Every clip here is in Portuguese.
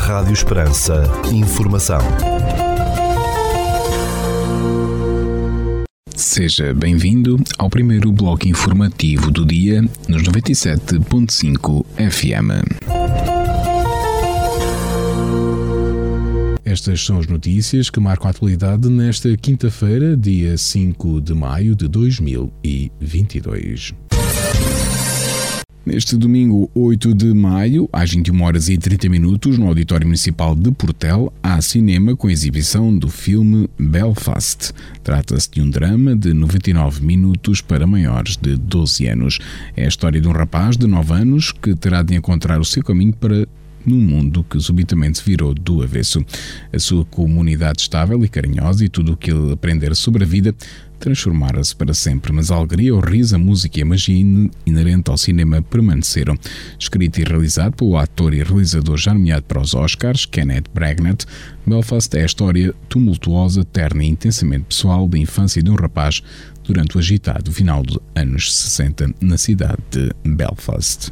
Rádio Esperança. Informação. Seja bem-vindo ao primeiro bloco informativo do dia nos 97.5 FM. Estas são as notícias que marcam a atualidade nesta quinta-feira, dia 5 de maio de 2022. Neste domingo, 8 de maio, às 21h30, no Auditório Municipal de Portel, há cinema com exibição do filme Belfast. Trata-se de um drama de 99 minutos para maiores de 12 anos. É a história de um rapaz de 9 anos que terá de encontrar o seu caminho para num mundo que subitamente se virou do avesso. A sua comunidade estável e carinhosa e tudo o que ele aprender sobre a vida transformaram-se para sempre, mas a alegria, o riso, a música e a magia inerente ao cinema permaneceram. Escrito e realizado pelo ator e realizador já nomeado para os Oscars, Kenneth Branagh, Belfast é a história tumultuosa, terna e intensamente pessoal da infância de um rapaz durante o agitado final dos anos 60 na cidade de Belfast.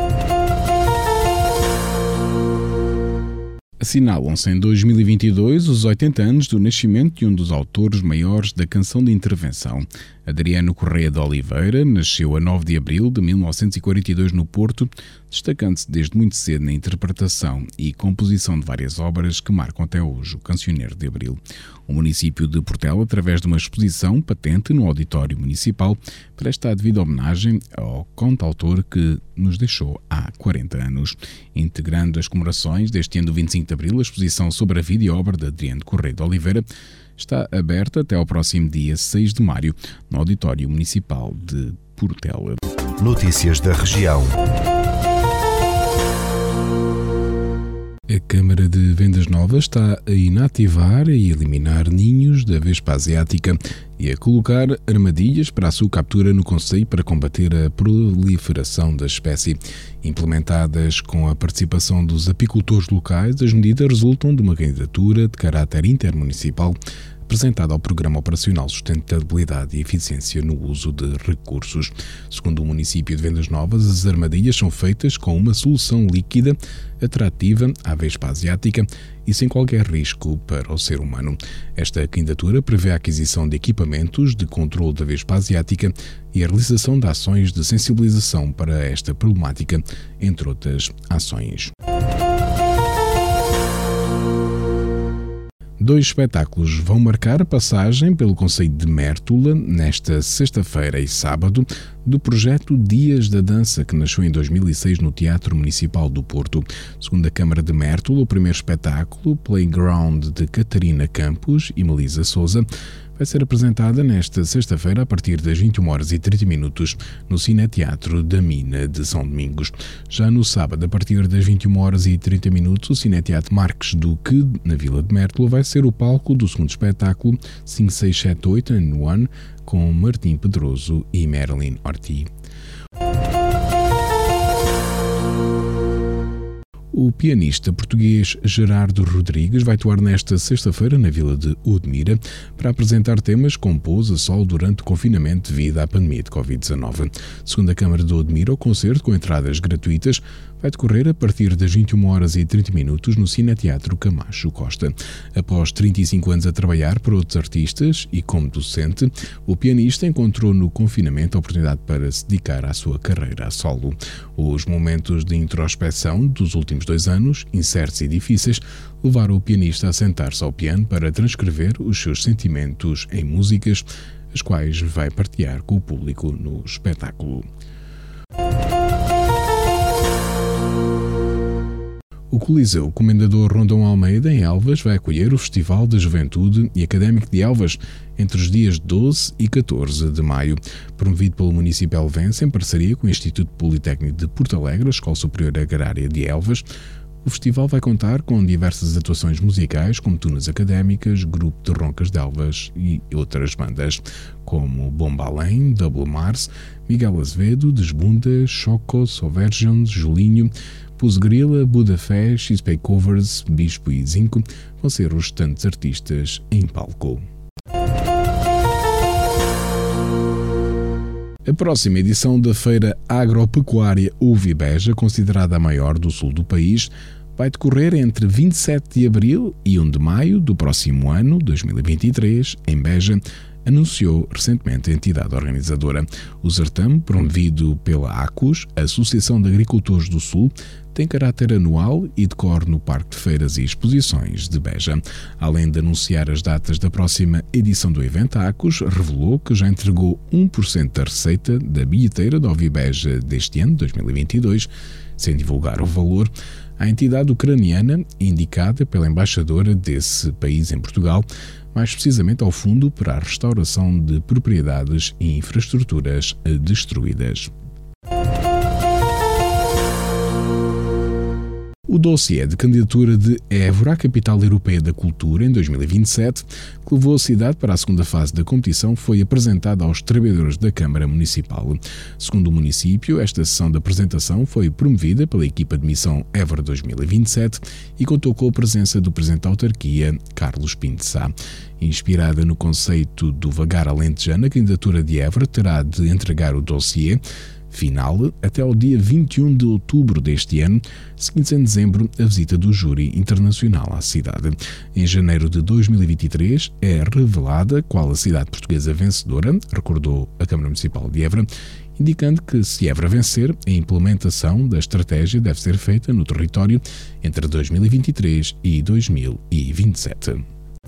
Assinalam-se em 2022 os 80 anos do nascimento de um dos autores maiores da canção de intervenção. Adriano Correia de Oliveira nasceu a 9 de abril de 1942 no Porto, destacando-se desde muito cedo na interpretação e composição de várias obras que marcam até hoje o Cancioneiro de Abril. O município de Portela, através de uma exposição patente no Auditório Municipal, presta a devida homenagem ao cantautor que nos deixou há 40 anos. Integrando as comemorações deste ano do 25 de Abril, a exposição sobre a vida e obra de Adriano Correia de Oliveira está aberta até ao próximo dia 6 de maio no Auditório Municipal de Portela. Notícias da região. A Câmara de Vendas Novas está a inativar e eliminar ninhos da vespa asiática e a colocar armadilhas para a sua captura no concelho para combater a proliferação da espécie. Implementadas com a participação dos apicultores locais, as medidas resultam de uma candidatura de caráter intermunicipal apresentada ao Programa Operacional Sustentabilidade e Eficiência no Uso de Recursos. Segundo o município de Vendas Novas, as armadilhas são feitas com uma solução líquida, atrativa à vespa asiática e sem qualquer risco para o ser humano. Esta candidatura prevê a aquisição de equipamentos de controle da vespa asiática e a realização de ações de sensibilização para esta problemática, entre outras ações. 2 espetáculos vão marcar a passagem pelo concelho de Mértola nesta sexta-feira e sábado do projeto Dias da Dança, que nasceu em 2006 no Teatro Municipal do Porto. Segundo a Câmara de Mértola, o primeiro espetáculo, Playground, de Catarina Campos e Melisa Souza, vai ser apresentada nesta sexta-feira a partir das 21h30 no Cineteatro da Mina de São Domingos. Já no sábado, a partir das 21h30, o Cineteatro Marques Duque, na Vila de Mértola, vai ser o palco do segundo espetáculo 5678 and One, com Martim Pedroso e Marilyn Ortiz. O pianista português Gerardo Rodrigues vai atuar nesta sexta-feira na Vila de Udmira para apresentar temas que compôs a solo durante o confinamento devido à pandemia de Covid-19. Segundo a Câmara de Udmira, o concerto, com entradas gratuitas, vai decorrer a partir das 21h30 no Cineteatro Camacho Costa. Após 35 anos a trabalhar para outros artistas e como docente, o pianista encontrou no confinamento a oportunidade para se dedicar à sua carreira a solo. Os momentos de introspeção dos últimos 2 anos, incertos e difíceis, levaram o pianista a sentar-se ao piano para transcrever os seus sentimentos em músicas, as quais vai partilhar com o público no espetáculo. O Coliseu Comendador Rondão Almeida, em Elvas, vai acolher o Festival da Juventude e Académico de Elvas entre os dias 12 e 14 de maio. Promovido pelo município elvense em parceria com o Instituto Politécnico de Porto Alegre, a Escola Superior Agrária de Elvas, o festival vai contar com diversas atuações musicais, como tunas académicas, grupo de roncas de Elvas e outras bandas, como Bomba Além, Double Mars, Miguel Azevedo, Desbunda, Choco, Sovergens, Julinho, Pusgrila, Budafé, XP Covers, Bispo e Zinco vão ser os restantes artistas em palco. A próxima edição da Feira Agropecuária Uva e Beja, considerada a maior do sul do país, vai decorrer entre 27 de abril e 1 de maio do próximo ano, 2023, em Beja, anunciou recentemente a entidade organizadora. O certame, promovido pela ACUS, Associação de Agricultores do Sul, tem caráter anual e decorre no Parque de Feiras e Exposições de Beja. Além de anunciar as datas da próxima edição do evento, a ACUS revelou que já entregou 1% da receita da bilheteira do Ovibeja deste ano, 2022, sem divulgar o valor, à entidade ucraniana indicada pela embaixadora desse país em Portugal, mais precisamente ao Fundo para a Restauração de Propriedades e Infraestruturas Destruídas. O dossiê de candidatura de Évora à Capital Europeia da Cultura em 2027, que levou a cidade para a segunda fase da competição, foi apresentado aos trabalhadores da Câmara Municipal. Segundo o município, esta sessão de apresentação foi promovida pela equipa de missão Évora 2027 e contou com a presença do presidente da autarquia, Carlos Pinto Sá. Inspirada no conceito do vagar alentejano, a candidatura de Évora terá de entregar o dossiê final até ao dia 21 de outubro deste ano, seguindo em dezembro a visita do júri internacional à cidade. Em janeiro de 2023 é revelada qual a cidade portuguesa vencedora, recordou a Câmara Municipal de Évora, indicando que, se Évora vencer, a implementação da estratégia deve ser feita no território entre 2023 e 2027.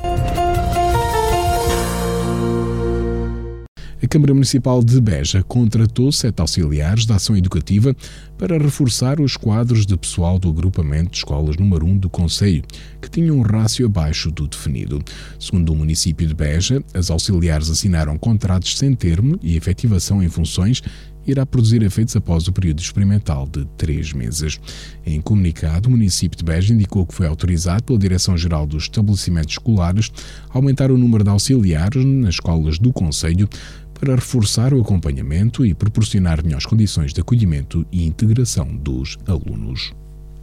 A Câmara Municipal de Beja contratou 7 auxiliares da ação educativa para reforçar os quadros de pessoal do agrupamento de escolas número 1 do concelho, que tinham um rácio abaixo do definido. Segundo o município de Beja, as auxiliares assinaram contratos sem termo e a efetivação em funções irá produzir efeitos após o período experimental de 3 meses. Em comunicado, o município de Beja indicou que foi autorizado pela Direção-Geral dos Estabelecimentos Escolares a aumentar o número de auxiliares nas escolas do concelho para reforçar o acompanhamento e proporcionar melhores condições de acolhimento e integração dos alunos.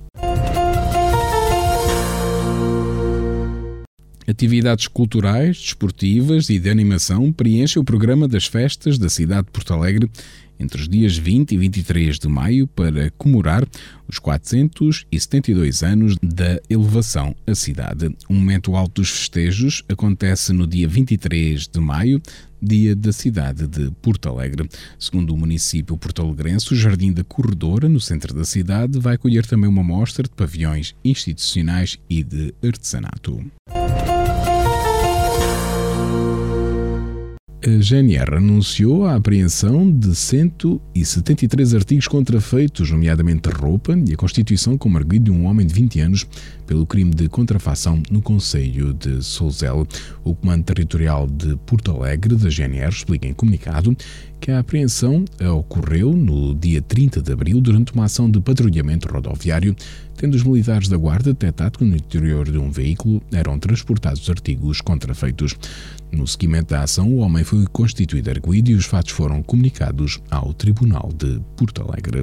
Atividades culturais, desportivas e de animação preenchem o programa das festas da cidade de Porto Alegre entre os dias 20 e 23 de maio para comemorar os 472 anos da elevação à cidade. O momento alto dos festejos acontece no dia 23 de maio, dia da cidade de Porto Alegre. Segundo o município porto-alegrense, o Jardim da Corredora, no centro da cidade, vai acolher também uma mostra de pavilhões institucionais e de artesanato. A GNR anunciou a apreensão de 173 artigos contrafeitos, nomeadamente roupa, e a constituição como arguido de um homem de 20 anos pelo crime de contrafação no concelho de Sousel. O Comando Territorial de Porto Alegre, da GNR, explica em comunicado que a apreensão ocorreu no dia 30 de abril durante uma ação de patrulhamento rodoviário, tendo os militares da Guarda detectado que no interior de um veículo eram transportados artigos contrafeitos. No seguimento da ação, o homem foi constituído arguido e os fatos foram comunicados ao Tribunal de Porto Alegre.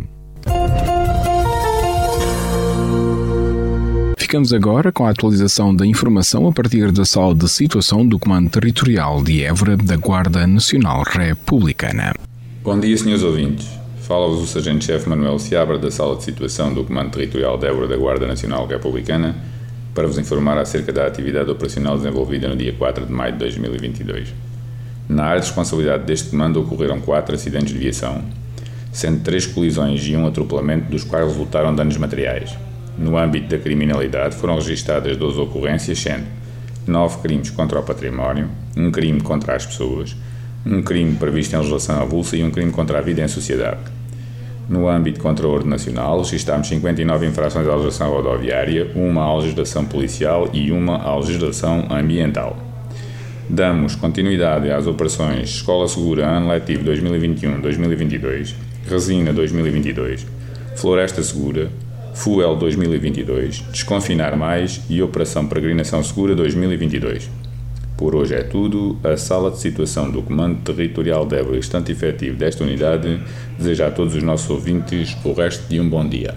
Ficamos agora com a atualização da informação a partir da sala de situação do Comando Territorial de Évora da Guarda Nacional Republicana. Bom dia, senhores ouvintes. Fala-vos o Sargento-Chefe Manuel Seabra da sala de situação do Comando Territorial de Évora da Guarda Nacional Republicana para vos informar acerca da atividade operacional desenvolvida no dia 4 de maio de 2022. Na área de responsabilidade deste comando ocorreram 4 acidentes de viação, sendo 3 colisões e 1 atropelamento, dos quais resultaram danos materiais. No âmbito da criminalidade foram registadas 12 ocorrências, sendo 9 crimes contra o património, 1 crime contra as pessoas, 1 crime previsto em legislação avulsa e 1 crime contra a vida em sociedade. No âmbito contra a ordem nacional, registámos 59 infrações à legislação rodoviária, 1 à legislação policial e 1 à legislação ambiental. Damos continuidade às operações Escola Segura Ano Letivo 2021-2022, Resina 2022, Floresta Segura, Fuel 2022, Desconfinar Mais e Operação Peregrinação Segura 2022. Por hoje é tudo. A sala de situação do Comando Territorial de Évora, estante efetivo desta unidade, deseja a todos os nossos ouvintes o resto de um bom dia.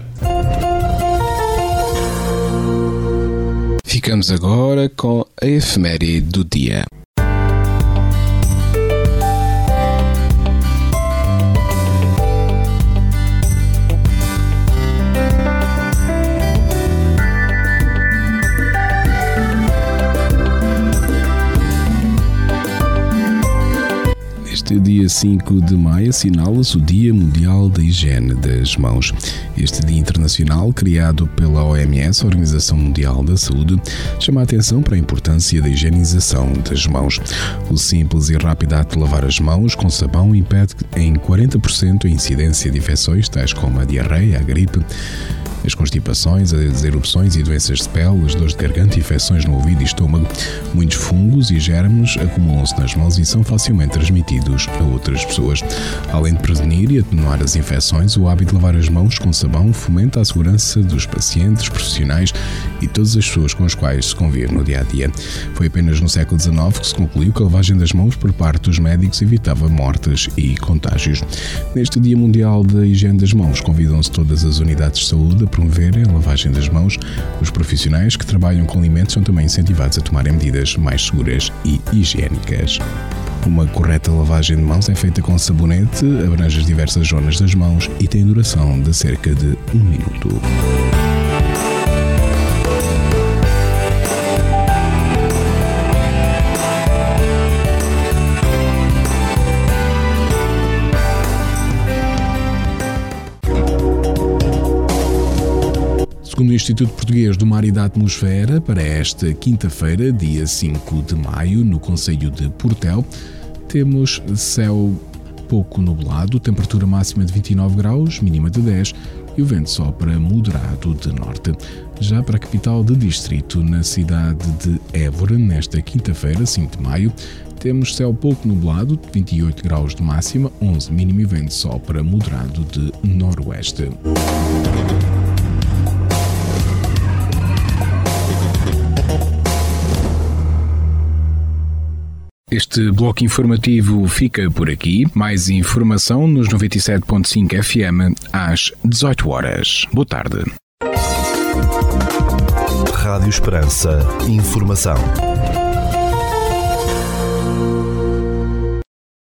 Ficamos agora com a efeméride do dia. Neste dia 5 de maio assinala-se o Dia Mundial da Higiene das Mãos. Este Dia Internacional, criado pela OMS, Organização Mundial da Saúde, chama a atenção para a importância da higienização das mãos. O simples e rápido ato de lavar as mãos com sabão impede em 40% a incidência de infecções tais como a diarreia, a gripe, as constipações, as erupções e doenças de pele, as dores de garganta, infecções no ouvido e estômago. Muitos fungos e germes acumulam-se nas mãos e são facilmente transmitidos a outras pessoas. Além de prevenir e atenuar as infecções, o hábito de lavar as mãos com sabão fomenta a segurança dos pacientes, profissionais e todas as pessoas com as quais se convive no dia-a-dia. Foi apenas no século XIX que se concluiu que a lavagem das mãos por parte dos médicos evitava mortes e contágios. Neste Dia Mundial da Higiene das Mãos, convidam-se todas as unidades de saúde a promoverem a lavagem das mãos. Os profissionais que trabalham com alimentos são também incentivados a tomarem medidas mais seguras e higiênicas. Uma correta lavagem de mãos é feita com sabonete, abrange as diversas zonas das mãos e tem duração de cerca de 1 minuto. Segundo o Instituto Português do Mar e da Atmosfera, para esta quinta-feira, dia 5 de maio, no concelho de Portel, temos céu pouco nublado, temperatura máxima de 29 graus, mínima de 10 e o vento sopra moderado de norte. Já para a capital de distrito, na cidade de Évora, nesta quinta-feira, 5 de maio, temos céu pouco nublado, 28 graus de máxima, 11 mínimo e vento sopra moderado de noroeste. Este bloco informativo fica por aqui. Mais informação nos 97.5 FM às 18 horas. Boa tarde. Rádio Esperança. Informação.